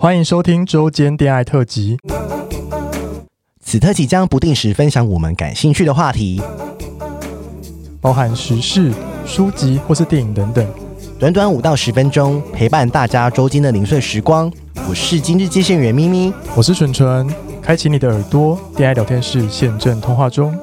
欢迎收听周间恋爱特辑。 此特辑将不定时分享我们感兴趣的话题， 包含时事、书籍或是电影等等， 短短5到10分钟，陪伴大家周间的零碎时光。我是今日接线员咪咪， 我是纯纯，开启你的耳朵，恋爱聊天室现正通话中。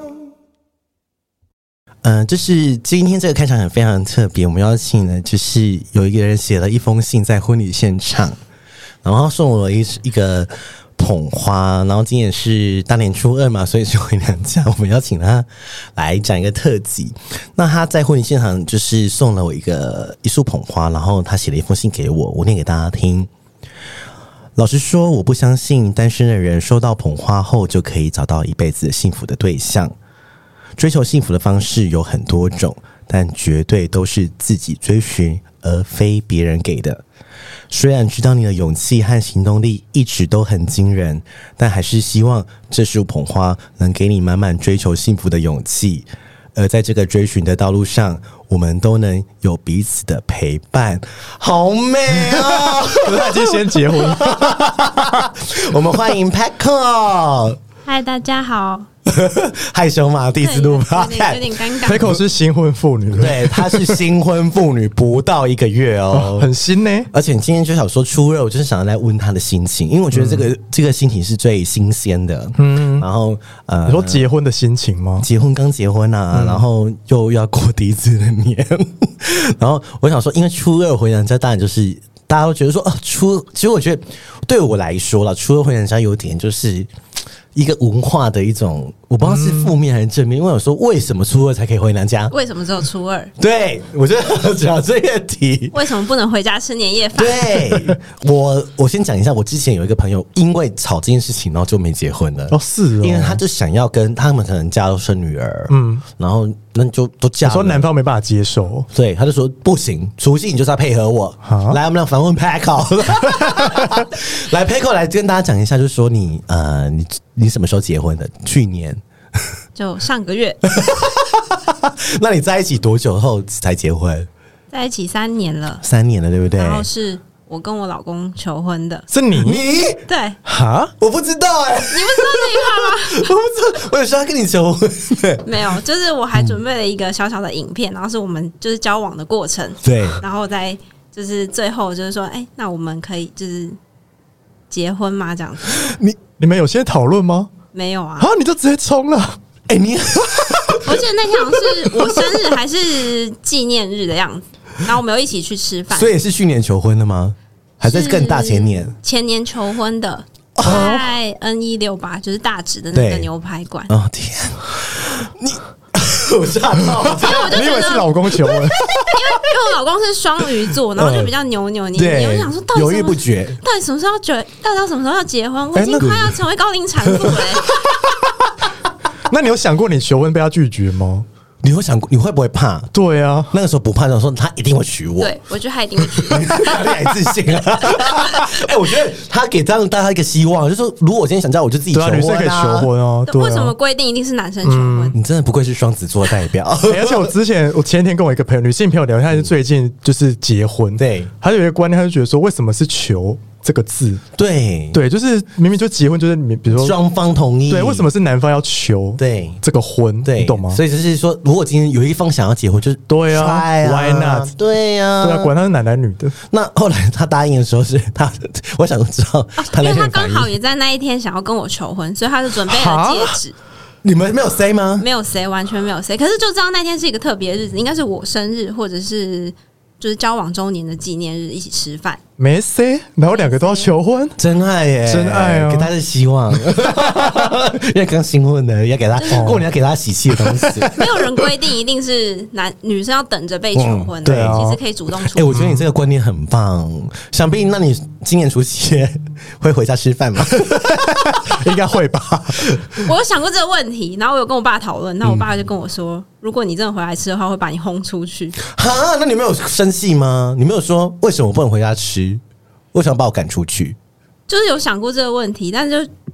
就是今天这个开场很非常特别，我们邀请的就是有一个人写了一封信在婚礼现场，然后送我一个捧花，然后今天是大年初2嘛，所以是回娘家，我们邀请他来讲一个特辑。那他在婚礼现场就是送了我一束捧花，然后他写了一封信给我，我念给大家听。老实说，我不相信单身的人收到捧花后就可以找到一辈子幸福的对象。追求幸福的方式有很多种，但绝对都是自己追寻，而非别人给的。虽然知道你的勇气和行动力一直都很惊人，但还是希望这束捧花能给你满满追求幸福的勇气。而在这个追寻的道路上，我们都能有彼此的陪伴。好美哦！ 可是他已经先结婚了。 我们欢迎 Paco。 嗨，大家好。 害羞吗？第一次录吧， 有点尴尬。 Paco 是新婚妇女， 对，她是新婚妇女，不到1个月哦， 很新呢。 而且今天就想说初2，我就是想要来问她的心情，因为我觉得这个心情是最新鲜的。然后你说结婚的心情吗？ 刚结婚啊，然后又要过第一次的年，然后我想说，因为初2回娘家，当然就是大家都觉得说，其实我觉得对我来说啦，初2回娘家有点就是一个文化的一种，我不知道是负面还是正面。因为我说为什么初2才可以回娘家？ 为什么只有初2？ 对，我就要讲这个题。 为什么不能回家吃年夜饭？ 对，我先讲一下，我之前有一个朋友因为吵这件事情，然后就没结婚了。 是哦， 因为他就想要跟他们可能家都生女儿，然后那就都嫁了。 我说男方没办法接受， 对，他就说不行，除夕你就是要配合我。来，我们来访问 Paco。来 Paco 来跟大家讲一下，就是说你什么时候结婚的？去年。 就上个月。 那你在一起多久后才结婚？ 在一起3年了。 3年了，对不对？ 然后是我跟我老公求婚的。 是你？ 对。 哈？我不知道你不知道这一趴吗？ 我不知道，我有说要跟你求婚。 没有，就是我还准备了一个小小的影片，然后是我们就是交往的过程。 对。 然后再就是最后就是说，那我们可以就是结婚吗？这样子。 你们有先讨论吗？ 没有啊！ 你就直接冲了？ 我记得那天好像是我生日还是纪念日的样子，然后我们有一起去吃饭。 所以是去年求婚的吗？还是更大前年？ 前年求婚的，在 N168，就是大直的那个牛排馆。 哦天，我吓到， 因为我就觉得你以为是老公求婚，因为我老公是双鱼座，然后就比较扭扭捏捏，我就想说到底犹豫不决， 到底什么时候什么时候要结婚？我已经快要成为高龄产妇了。 那你有想过你求婚被他拒绝吗？ 你会想过你会不会怕？ 对啊， 那个时候不怕，想说他一定会娶我。 对，我觉得他一定会娶我。 你还自信啊？我觉得他给这样大家一个希望，就是说，如果我今天想叫，我就自己求婚啊。 女生可以求婚啊。 为什么规定一定是男生求婚？ 你真的不愧是双子座代表。 而且我前天跟我一个朋友，女性朋友聊，她是最近就是结婚， 对， 她就有一个观念，她就觉得说，为什么是求这个字？ 对， 就是明明就结婚，就是比如说双方同意， 对，为什么是男方要求对这个婚？ 对， 你懂吗？ 所以就是说，如果今天有一方想要结婚，就是对啊 ，Why not？ 对啊， 管他是男女的。 那后来他答应的时候是他，我想知道他那天因为他刚好也在那一天想要跟我求婚，所以他就准备了戒指。 你们没有 say 吗？ 没有 say， 完全没有 say。可是就知道那天是一个特别的日子，应该是我生日，或者是就是交往周年的纪念日，一起吃饭。 没 say， 然后2个都要求婚， 真爱耶， 真爱啊！ 给他的希望，因为刚新婚的，要给他过年要给他喜气的东西。 没有人规定一定是女生要等着被求婚的，其实可以主动出。 我觉得你这个观念很棒。想必那你今年除夕会回家吃饭吗？ 应该会吧。 我有想过这个问题，然后我有跟我爸讨论，那我爸就跟我说，如果你真的回来吃的话，会把你轰出去。 哈，那你没有生气吗？你没有说为什么我不能回家吃？为什么把我赶出去？ 就是有想过这个问题，但是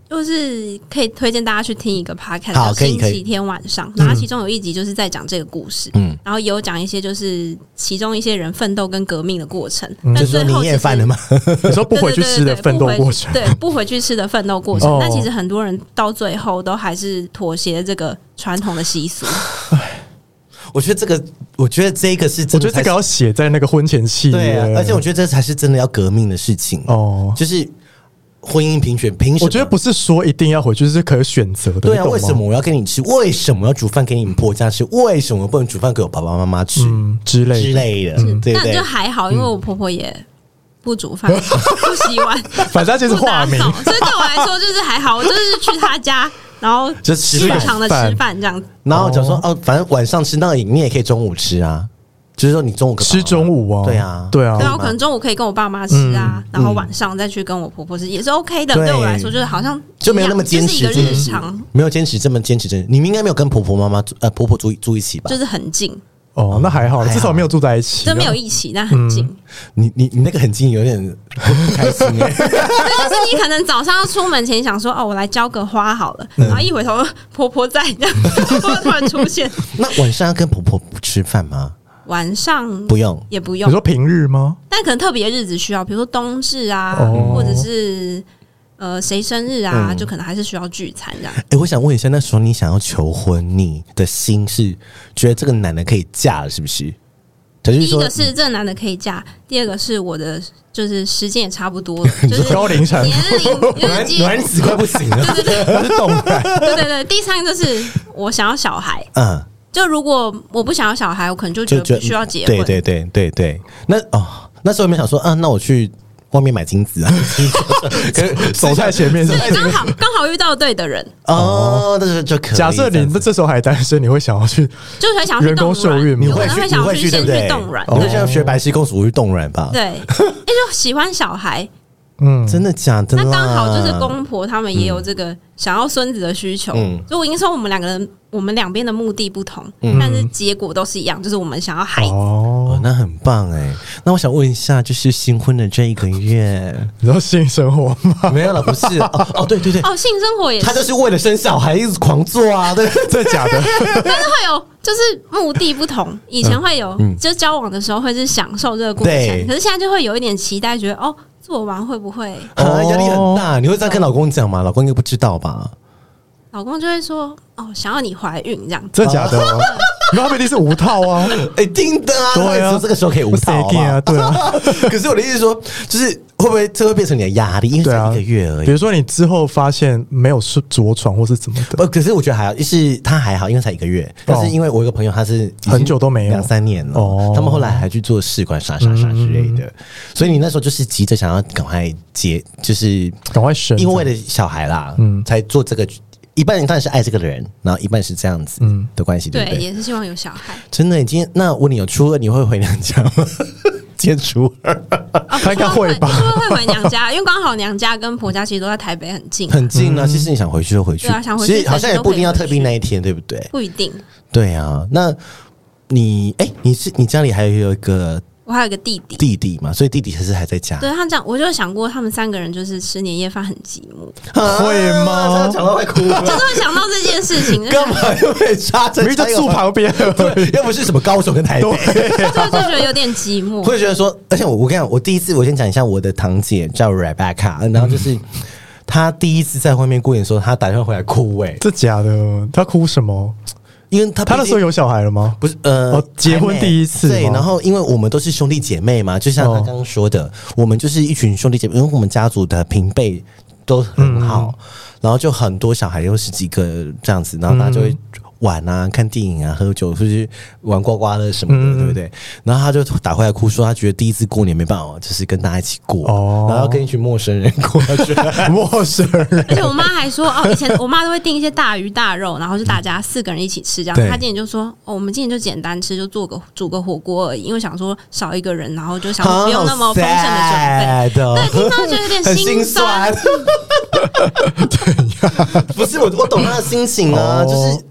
就是可以推荐大家去听一个 podcast， 好， 叫可以星期天晚上，然后其中有一集就是在讲这个故事，然后也有讲一些就是其中一些人奋斗跟革命的过程。 就是说年夜饭了吗？ 你说不回去吃的奋斗过程， 对，不回去吃的奋斗过程。但其实很多人到最后都还是妥协这个传统的习俗。 我觉得这个是真的， 我觉得这个要写在那个婚前契约， 对啊，而且我觉得这才是真的要革命的事情哦，就是婚姻评选，凭什么？ 我觉得不是说一定要回去，是可选择的。 对啊，为什么我要跟你吃？为什么要煮饭给你们婆家吃？为什么不能煮饭给我爸爸妈妈吃？之类的，对但就还好，因为我婆婆也不煮饭，不洗碗， 反正就是化名， 所以对我来说就是还好，我就是去他家。然后就日常的吃饭这样子， 然后讲说反正晚上吃那个你也可以中午吃啊，就是说你中午吃中午啊， 对啊， 对啊，我可能中午可以跟我爸妈吃啊，然后晚上再去跟我婆婆吃也是 OK 的。对我来说，就是好像就没有那么坚持， 就是一个日常， 没有这么坚持。你们应该没有跟婆婆妈妈婆婆住一起吧？ 就是很近。 哦，那还好，至少没有住在一起， 就没有一起，但很近。 你那个很近，有点不开心哎。 就是你可能早上要出门前想说，我来浇个花好了，然后一回头婆婆在，这样婆婆突然出现。 那晚上要跟婆婆吃饭吗？ 晚上不用， 也不用。 你说平日吗？ 但可能特别日子需要，比如说冬至啊，或者是。谁生日啊，就可能还是需要聚餐这样。 我想问一下，那时候你想要求婚，你的心是觉得这个男的可以嫁了，是不是？ 第一个是这个男的可以嫁，第二个是我的就是时间也差不多了，就是高龄产妇， 年龄卵子快不行了， 对， 是动感。 对。第三个就是我想要小孩，就如果我不想要小孩，我可能就觉得必须要结婚。 对。那时候有没有想说，那我去外面买金子啊， 走在前面， 刚好遇到对的人哦，那就可以。 假设你这时候还单身，你会想要去， 就是会想要去人工受孕吗？ 你会想要去先去冻卵， 你会像学白皙公主去冻卵吧？ 对，就喜欢小孩。 真的假的？ 那刚好就是公婆他们也有这个想要孙子的需求，所以我已经说我们两边的目的不同，但是结果都是一样，就是我们想要孩子。 那很棒哎。那我想问一下，就是新婚的这一个月， 你知道性生活吗？ 没有了，不是对， 性生活也是， 他就是为了生小孩一直狂做啊，对， 真的假的？ 但是会有就是目的不同，以前会有就交往的时候会是享受这个过程，可是现在就会有一点期待，觉得做完会不会压力很大？你会这样跟老公讲吗？老公应该不知道吧？ 老公就会说想要你怀孕这样子。 真的假的？那他们一定是无套啊， 一定的啊。对啊，这个时候可以无套啊， 对啊。 可是我的意思是说，就是会不会这会变成你的压力？因为才一个月而已。 比如说你之后发现没有着床或是怎么的， 可是我觉得还好，就是他还好，因为才一个月。但是因为我有个朋友，他是很久都没有 2-3年了，他们后来还去做试管啥之类的。所以你那时候就是急着想要赶快就是赶快生， 因为为了小孩啦，才做这个。一半人当然是爱这个人，然后一半是这样子的关系，对不对？ 也是希望有小孩。 真的，那我问你，有初二你会回娘家吗？今天初二， 他应该会吧？ 会回娘家，因为刚好娘家跟婆家其实都在台北，很近， 很近啊。其实你想回去就回去， 对啊，想回去， 其实好像也不一定要特定那一天，对不对？ 不一定。 对啊，那你家里还有一个。 我还有一个弟弟嘛，所以弟弟还在家。 对他这样，我就想过他们3个人就是吃年夜饭很寂寞， 会吗？ 讲到快哭了， 就是会想到这件事情。 干嘛又被插着？ 明明就住旁边， 又不是什么高雄跟台北， 就觉得有点寂寞。 会觉得说，而且我跟你讲，我第一次我先讲一下我的堂姐叫 Rebecca， 然后就是她第一次在外面过年的时候，她打电话回来哭这假的？她哭什么？ 因为他那时候有小孩了吗？ 不是， 结婚第一次。 对，然后因为我们都是兄弟姐妹嘛，就像他刚刚说的，我们就是一群兄弟姐妹，因为我们家族的平辈都很好，然后就很多小孩，有10几个这样子，然后大家就会玩啊、看电影啊、喝酒，出去玩刮刮乐什么的，对不对？然后他就打回来哭说，他觉得第一次过年没办法，就是跟大家一起过，然后跟一群陌生人过， 陌生人。 而且我妈还说，以前我妈都会订一些大鱼大肉，然后就大家4个人一起吃这样。她今年就说，我们今年就简单吃，就煮个火锅而已，因为想说少一个人，然后就想说不用那么丰盛的准备。对，听到觉得有点心酸。 不是我懂他的心情啊，就是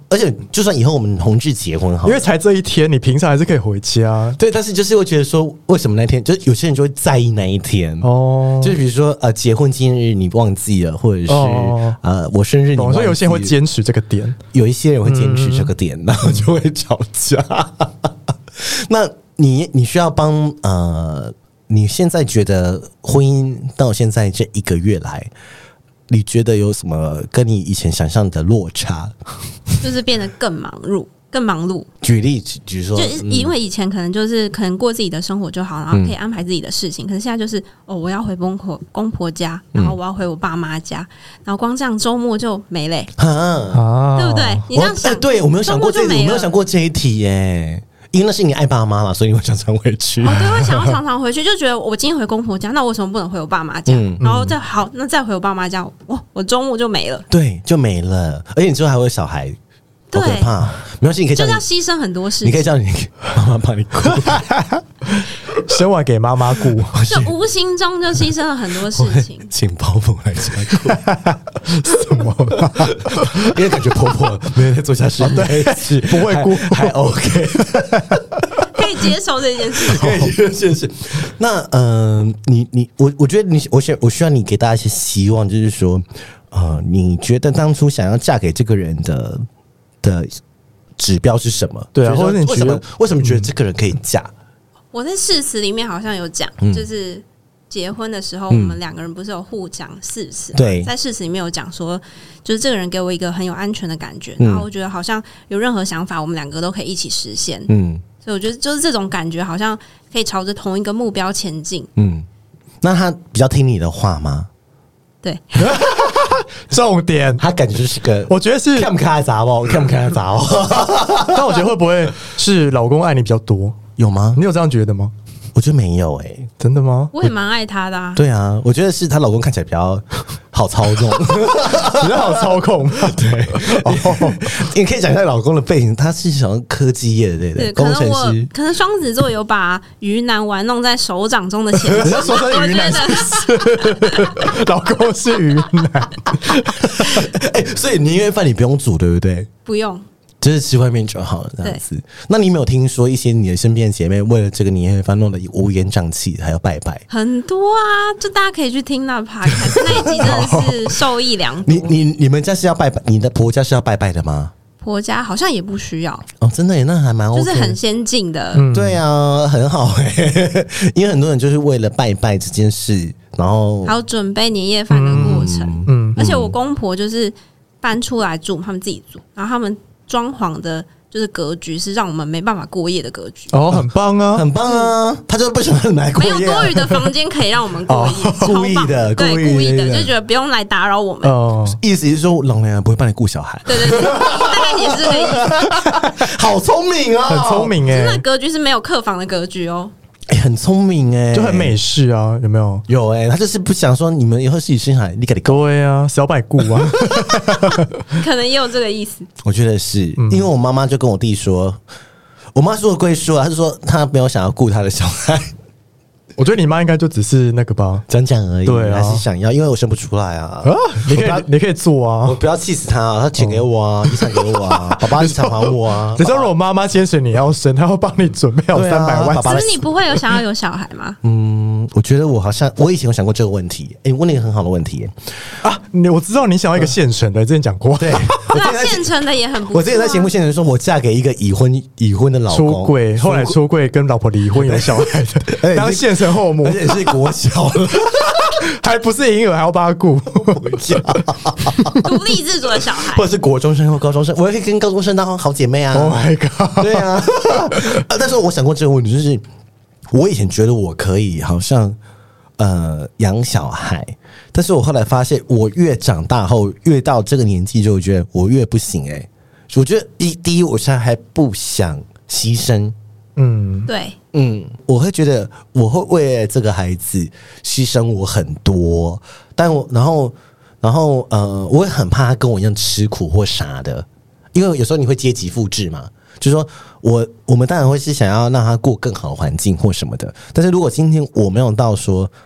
而且就算以后我们同志结婚好了， 因为才这一天，你平常还是可以回家。 对，但是就是会觉得说，为什么那天，就是有些人就会在意那一天哦，就是比如说结婚纪念日你忘记了，或者是我生日你忘记了， 所以有些人会坚持这个点， 有一些人会坚持这个点，然后就会吵架。那你需要帮你现在觉得婚姻到现在这1个月来，你觉得有什么跟你以前想象的落差？ 就是变得更忙碌。 举例，比如说， 就因为以前可能过自己的生活就好，然后可以安排自己的事情。可是现在就是我要回公婆家，然后我要回我爸妈家，然后光这样周末就没嘞，对不对？你这样想， 对我没有想过我没有想过这一题耶。因为那是你爱爸妈嘛，所以你会常常回去。 对，会想要常常回去，就觉得我今天回公婆家，那我为什么不能回我爸妈家？然后再回我爸妈家，我周末就没了。 对，就没了。而且你之后还会有小孩，好可怕。没关系，你可以就是要牺牲很多事情。 你可以叫你妈妈帮你顾， 生完给妈妈顾， 就无形中就牺牲了很多事情。 请保姆来家顾， 什么？ 因为感觉婆婆没有在做家事，对， 不会顾， 还 OK， 可以接受这件事， 可以接受这件事。那我觉得我需要你给大家一些希望，就是说，你觉得当初想要嫁给这个人的指标是什么？ 对啊，或者你觉得为什么觉得这个人可以嫁？ 我在誓词里面好像有讲，就是结婚的时候，我们2个人不是有互讲誓词？ 对， 在誓词里面有讲说，就是这个人给我一个很有安全的感觉，然后我觉得好像有任何想法，我们2个都可以一起实现。所以我觉得就是这种感觉，好像可以朝着同一个目标前进。 那他比较听你的话吗？ 对。 重点， 他感觉就是个， 我觉得是看不看杂包，看不看杂包。 但我觉得会不会是老公爱你比较多？ 有吗？ 你有这样觉得吗？ 我觉得没有真的吗？ 我也蛮爱他的。 对啊，我觉得是她老公看起来比较好操纵， 比较好操控。 对，你可以讲一下老公的背景，他是想科技业的，对，工程师。 可能双子座有把鱼腩丸弄在手掌中的潜质。 人家说他是鱼腩，老公是鱼腩。 所以年夜饭你不用煮，对不对？ 不用。 就是吃外面就好了，这样子。那你没有听说一些你的身边的姐妹为了这个年夜饭弄得乌烟瘴气，还要拜拜？ 很多啊，就大家可以去听那 podcast 那一集，真的是受益良多。 你们家是要拜拜？你的婆家是要拜拜的吗？ 婆家好像也不需要哦，真的耶，那还蛮 OK， 就是很先进的。 对啊，很好因为很多人就是为了拜拜这件事，然后还有准备年夜饭的过程。而且我公婆就是搬出来住，他们自己住，然后他们装潢的就是格局是让我们没办法过夜的格局。 很棒啊， 很棒啊！他就不想让你来过夜， 没有多余的房间可以让我们过夜， 故意的， 对，故意的，就觉得不用来打扰我们。 意思是说老娘不会帮你顾小孩。 对，大概也是这个意思。 好聪明啊， 很聪明真的格局是没有客房的格局哦。 很聪明就很美式啊，有没有？ 有他就是不想说你们以后自己生孩，你给你对啊，小百顾啊， 可能也有这个意思。 我觉得是因为我妈妈就跟我弟说，我妈说的归说，她就说她没有想要顾她的小孩。 我觉得你妈应该就只是那个吧， 讲而已， 对啊， 还是想要，因为我生不出来啊。 你可以做啊， 我不要气死她啊，她钱给我啊，遗产给我啊，爸爸遗产还我啊。 你知道，如果妈妈坚持你要生，她会帮你准备好300万。 可是你不会有想要有小孩吗？ 我觉得我以前有想过这个问题。你问了一个很好的问题啊！我知道你想要一个现成的，之前讲过。 对， 现成的也很不错。 我之前在节目现成说，我嫁给一个已婚的老公， 出柜，后来出柜跟老婆离婚有小孩的，当现成后母， 而且是国小了， 还不是婴儿，还要帮他顾， 独立自主的小孩， 或者是国中生或高中生，我也可以跟高中生当好姐妹啊。 Oh my god！ 对啊，但是我想过这个问题，就是我以前觉得我可以好像养小孩，但是我后来发现，我越长大后，越到这个年纪，就觉得我越不行我觉得第一，我现在还不想牺牲。 对， 我会觉得我会为了这个孩子牺牲我很多，但然后我会很怕他跟我一样吃苦或啥的，因为有时候你会阶级复制嘛，就是说我们当然会是想要让他过更好的环境或什么的，但是如果今天我没有到说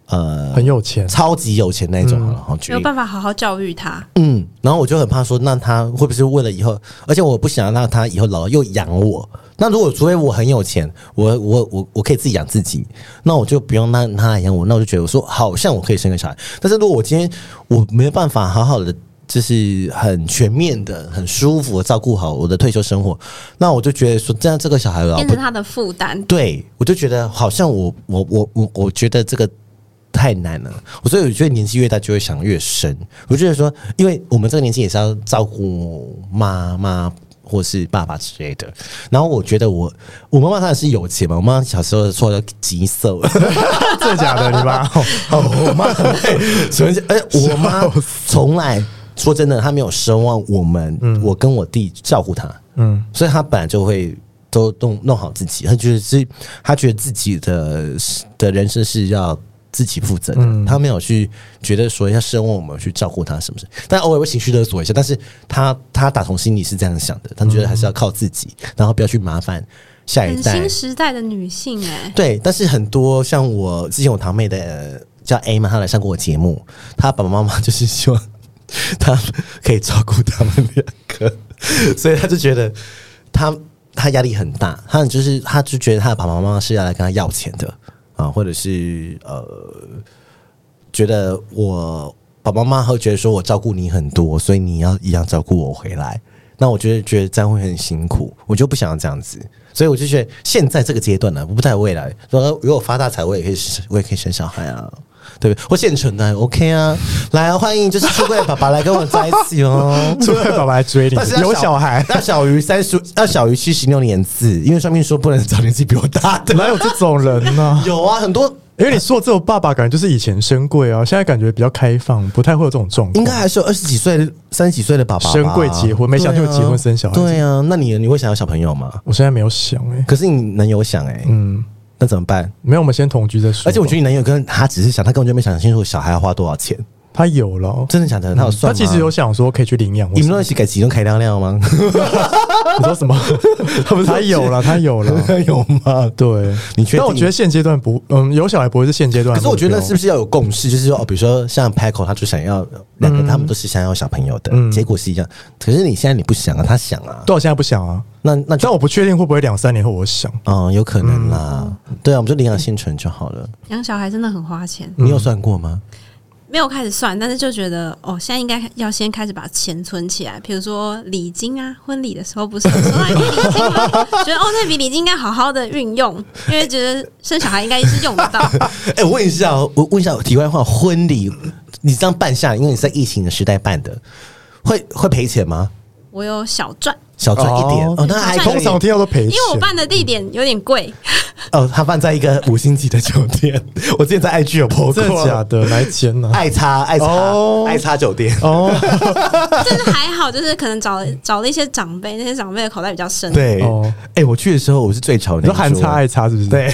很有钱， 超级有钱那种， 没有办法好好教育他。 然后我就很怕说，那他会不会为了以后，而且我不想让他以后老了又养我。那如果除非我很有钱，我可以自己养自己，那我就不用让他来养我。那我就觉得我说好像我可以生个小孩，但是如果我今天我没有办法好好的，就是很全面的、很舒服的照顾好我的退休生活，那我就觉得说，这样这个小孩变成他的负担。 对，我就觉得好像我觉得这个太难了，所以我觉得年纪越大就会想越深。我觉得说，因为我们这个年纪也是要照顾妈妈或是爸爸之类的。然后我觉得我妈妈当然是有钱嘛，我妈小时候说要急瘦， 真的假的？你妈？ 我妈很会，我妈从来说真的，她没有奢望我们，我跟我弟照顾她，所以她本来就会都弄好自己。她觉得自己的人生是要自己负责的，他没有去觉得说要奢望我们去照顾他什么事，但偶尔会情绪勒索一下，但是他打从心里是这样想的，他觉得还是要靠自己，然后不要去麻烦下一代。 很新时代的女性对，但是很多像我之前我堂妹的叫 A 嘛，她来上过我节目，她爸爸妈妈就是希望她可以照顾他们2个，所以她就觉得她压力很大，她就觉得她的爸爸妈妈是要来跟她要钱的。或者是觉得我爸爸妈妈会觉得说我照顾你很多，所以你要一样照顾我回来。那我觉得这样会很辛苦，我就不想要这样子。所以我就觉得现在这个阶段呢，不在未来。如果我发大财，我也可以生小孩啊，对不对？或现成的 OK 啊，来啊，欢迎就是出柜爸爸来跟我在一起哦， 出柜爸爸来追你，有小孩要小于76年次，因为上面说不能找年纪比我大的， 哪有这种人呢？ 有啊，很多。 因为你说的这种爸爸感觉就是以前深柜啊，现在感觉比较开放，不太会有这种状况。 应该还是有20几岁、30几岁的爸爸深柜结婚，没想就结婚生小孩。 对啊，那你会想要小朋友吗？ 我现在没有想可是你男友想那怎么办？ 没有，我们先同居再说。 而且我觉得你男友跟他只是想，他根本就没想清楚小孩要花多少钱。 他有了， 真的假的？他有算吗？ 他其实有想说可以去领养。 你们一起给启动开亮亮吗？ 你说什么？他有了，他有吗？ 对， 你确定？ 但我觉得现阶段不，有小孩不会是现阶段。 可是我觉得是不是要有共识？就是说，比如说像 Paco， 他就想要2个，他们都是想要小朋友的，结果是一样。可是你现在你不想啊，他想啊。 对，我现在不想啊。但我不确定会不会2、3年后我想。 有可能啦。对啊，我们就领养现成就好了。 养小孩真的很花钱。 你有算过吗？ 没有开始算，但是就觉得现在应该要先开始把钱存起来。比如说礼金啊，婚礼的时候不是有收到一笔礼金吗？觉得那笔礼金应该好好的运用，因为觉得生小孩应该是用得到。 我问一下，题外话，婚礼你这样办下来，因为你是在疫情的时代办的，会赔钱吗？ 我有小赚一点那还通常听到都赔钱， 因为我办的地点有点贵。 他办在一个5星级的酒店，我之前在 IG 有 po 过， 真的假的？哪一间呢？ 爱叉酒店真的还好，就是可能找了一些长辈，那些长辈的口袋比较深。 对我去的时候我是最潮的， 你说含叉爱叉是不是？ 对，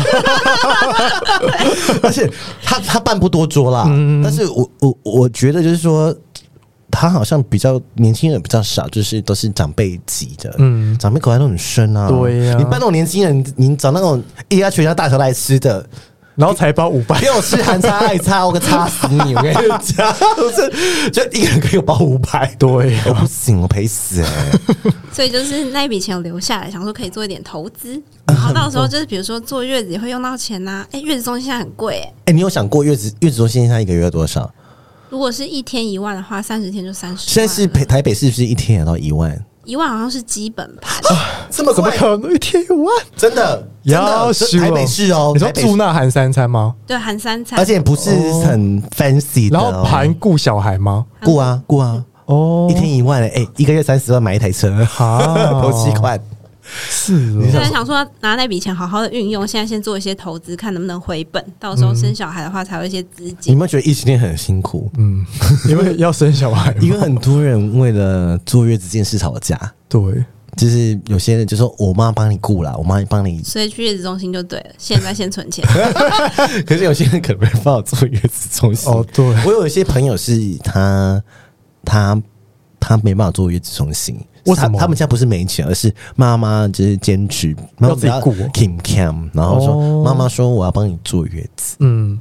而且他办不多桌啦，但是我觉得就是说。他好像比较年轻人比较少，就是都是长辈级的，长辈口袋都很深啊。 对呀， 你办那种年轻人，你找那种一家全家大小来吃的， 然后才包500， 给我吃含叉爱叉，我个叉死你！我跟你讲，就一个人可以有包500， 对， 我不行，我赔死所以就是那一笔钱我留下来，想说可以做一点投资，然后到时候就是比如说坐月子也会用到钱呐。月子中心现在很贵你有想过月子中心现在1个月多少？ 如果是1天1万的话，30天就30万。 现在是台北市不是1天也到1万 ？1万好像是基本盘， 这么怎么可能1天1万？ 真的台北市你说住那含3餐吗？ 对，含3餐， 而且不是很 fancy 的。 然后含顾小孩吗？ 顾啊，1天1万1个月30万买一台车，头期款。 是哦，所以想说拿那笔钱好好的运用，现在先做一些投资，看能不能回本，到时候生小孩的话才有一些资金。 你有没有觉得异性恋很辛苦？ 因为要生小孩， 因为很多人为了坐月子这件事吵架。 对， 就是有些人就说我妈帮你顾啦，我妈帮你， 所以去月子中心就对了。现在先存钱， 可是有些人可能没办法坐月子中心。 对， 我有一些朋友是他没办法坐月子中心。 为什么？ 他们家不是没钱，而是妈妈就是坚持要自己顾 ，Kim， 然后说妈妈说我要帮你坐月子，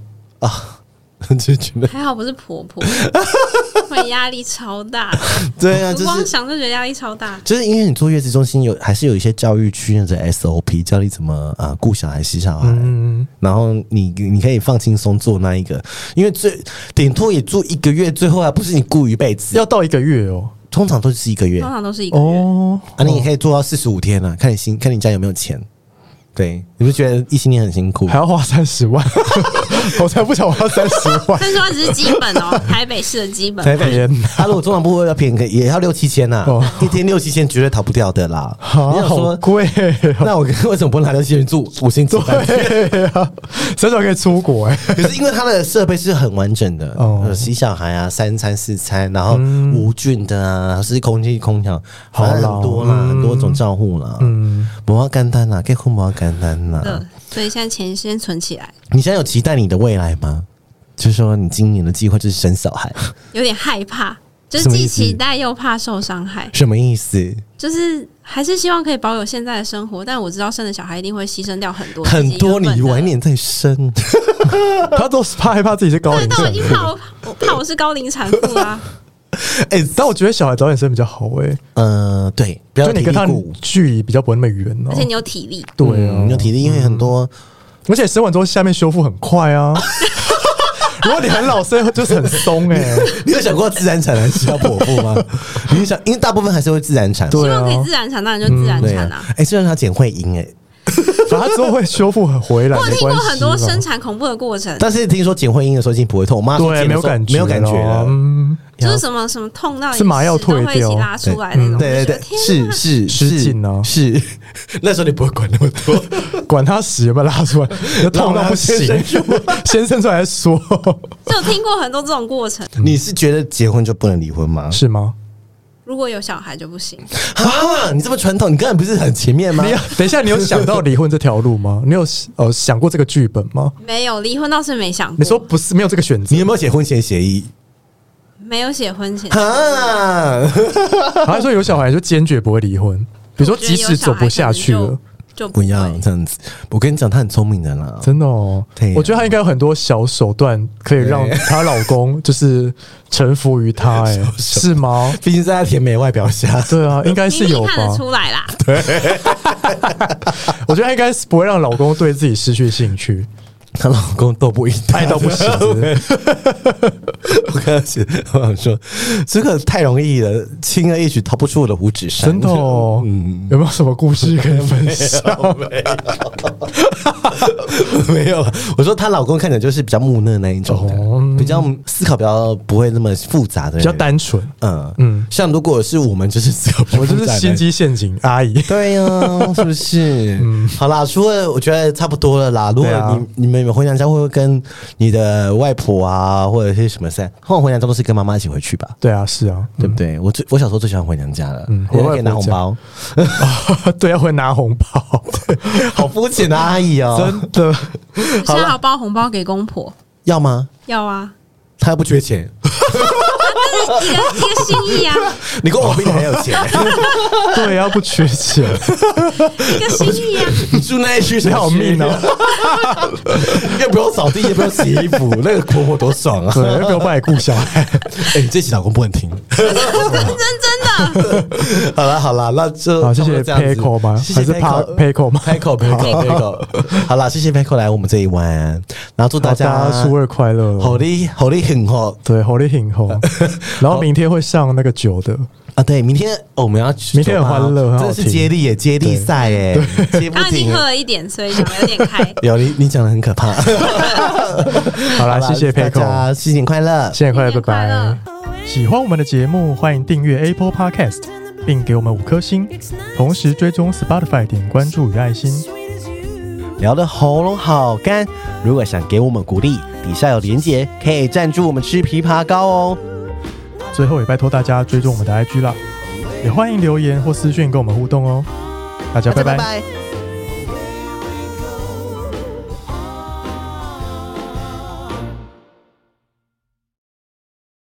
啊，就觉得还好不是婆婆，会压力超大。 对啊，就是光想就觉得压力超大。 就是因为你坐月子中心还是有一些教育区的 SOP， 教你怎么顾小孩、洗小孩，然后你可以放轻松做那一个，因为顶多也住1个月，最后还不是你顾一辈子， 要到1个月哦。 通常都是1个月， 通常都是1个月哦。 你也可以做到45天啊，看你家有没有钱。对，你不觉得异性恋很辛苦， 还要花30万？我才不想花30万。 30万只是基本哦，台北市的基本。 台北他如果中南部要便宜，也要6-7千呐，一天6-7千绝对逃不掉的啦。你想说贵？ 那我为什么不拿6-7千住5星级饭店？ 对啊，至少可以出国哎。 可是因为它的设备是很完整的，洗小孩啊，3餐4餐，然后无菌的啊，是空气空调，好很多啦，很多种照护啦。不要干单啦，结婚不要干单啦。 所以现在钱先存起来。 你现在有期待你的未来吗？就是说你今年的计划就是生小孩， 有点害怕，就是既期待又怕受伤害。 什么意思？ 就是还是希望可以保有现在的生活，但我知道生的小孩一定会牺牲掉很多。 你晚年再生， 他都是害怕自己是高龄产妇。 那我已经怕我是高龄产妇啊。 但我觉得小孩早点生比较好对， 就你跟他距离比较不会那么远而且你有体力。 对啊， 你有体力，因为很多， 而且生完之后下面修复很快啊。如果你很老生，就是很松你有想过自然产还是要剖腹吗？你想，因为大部分还是会自然产， 希望可以自然产，当然就自然产啊。 虽然他剪会阴反正他之后会修复回来。 我听过很多生产恐怖的过程， 但是听说剪会阴的时候已经不会痛。我妈说没有感觉了， 就是什么痛到是麻药退掉， 会一起拉出来那种。 对，是失禁啊， 是。那时候你不会管那么多， 管他屎有没有拉出来，痛到不行，先生出来说。 就听过很多这种过程。 你是觉得结婚就不能离婚吗？ 是吗？ 如果有小孩就不行啊！你这么传统，你刚才不是很前面吗？ 等一下，你有想到离婚这条路吗？你有想过这个剧本吗？ 没有，离婚倒是没想过。 你说不是没有这个选择？ 你有没有写婚前协议？ 没有写婚前啊！ 他说有小孩就坚决不会离婚，比如说即使走不下去了。 就不要这样子，我跟你讲，她很聪明的啦， 真的哦。我觉得她应该有很多小手段，可以让她老公就是臣服于她，是吗？ 毕竟在她甜美外表下， 对啊，应该是有吧， 看得出来啦。 对，我觉得她应该是不会让老公对自己失去兴趣。 她老公都不一定爱到不行。 我刚刚写，我想说，这个太容易了，轻而易举逃不出我的五指山。 真的哦，有没有什么故事可以分享？ 没有。我说她老公看起来就是比较木讷那一种的，比较思考比较不会那么复杂的人， 比较单纯。 像如果是我们就是思考比较复杂的人， 我就是心机陷阱阿姨。 对呀，是不是？好啦，除了我觉得差不多了啦。如果你们回娘家会不会跟你的外婆啊，或者是什么噻？后来回娘家都是跟妈妈一起回去吧？ 对啊，是啊， 对不对？我小时候最喜欢回娘家了，我可以拿红包。 对，要会拿红包， 好肤浅的阿姨哦， 真的。 现在要包红包给公婆， 要吗？ 要啊， 他又不缺钱。 这是一个心意啊！ 你公婆比你还有钱， 对，要不缺钱， 一个心意啊！ 你住那一区谁好命哦？又不用扫地，也不用洗衣服，那个婆婆多爽啊！ 对，又不用帮你顾小孩。 你这期老公不能听， 真的。 好了，那就好，谢谢 Peiko 吗？还是 Peiko 吗 ？Peiko。好了，谢谢 Peiko 来我们这里玩，然后祝大家初二快乐， 好利很好， 对，好利很好。然后明天会上那个酒的啊，对，明天我们要明天很欢乐， 真的是接力耶，接力赛耶，接不停。 他已经喝了一点，所以讲的有点开。 有你讲的很可怕。 好啦，谢谢 Peiko， 新年快乐， 新年快乐，拜拜。喜欢我们的节目，欢迎订阅 Apple Podcast， 并给我们5颗星，同时追踪 Spotify 点关注与爱心。 聊得喉咙好干，如果想给我们鼓励，底下有连结，可以赞助我们吃枇杷膏哦。 最后也拜托大家追踪我们的 IG 啦，也欢迎留言或私讯跟我们互动哦。大家拜拜。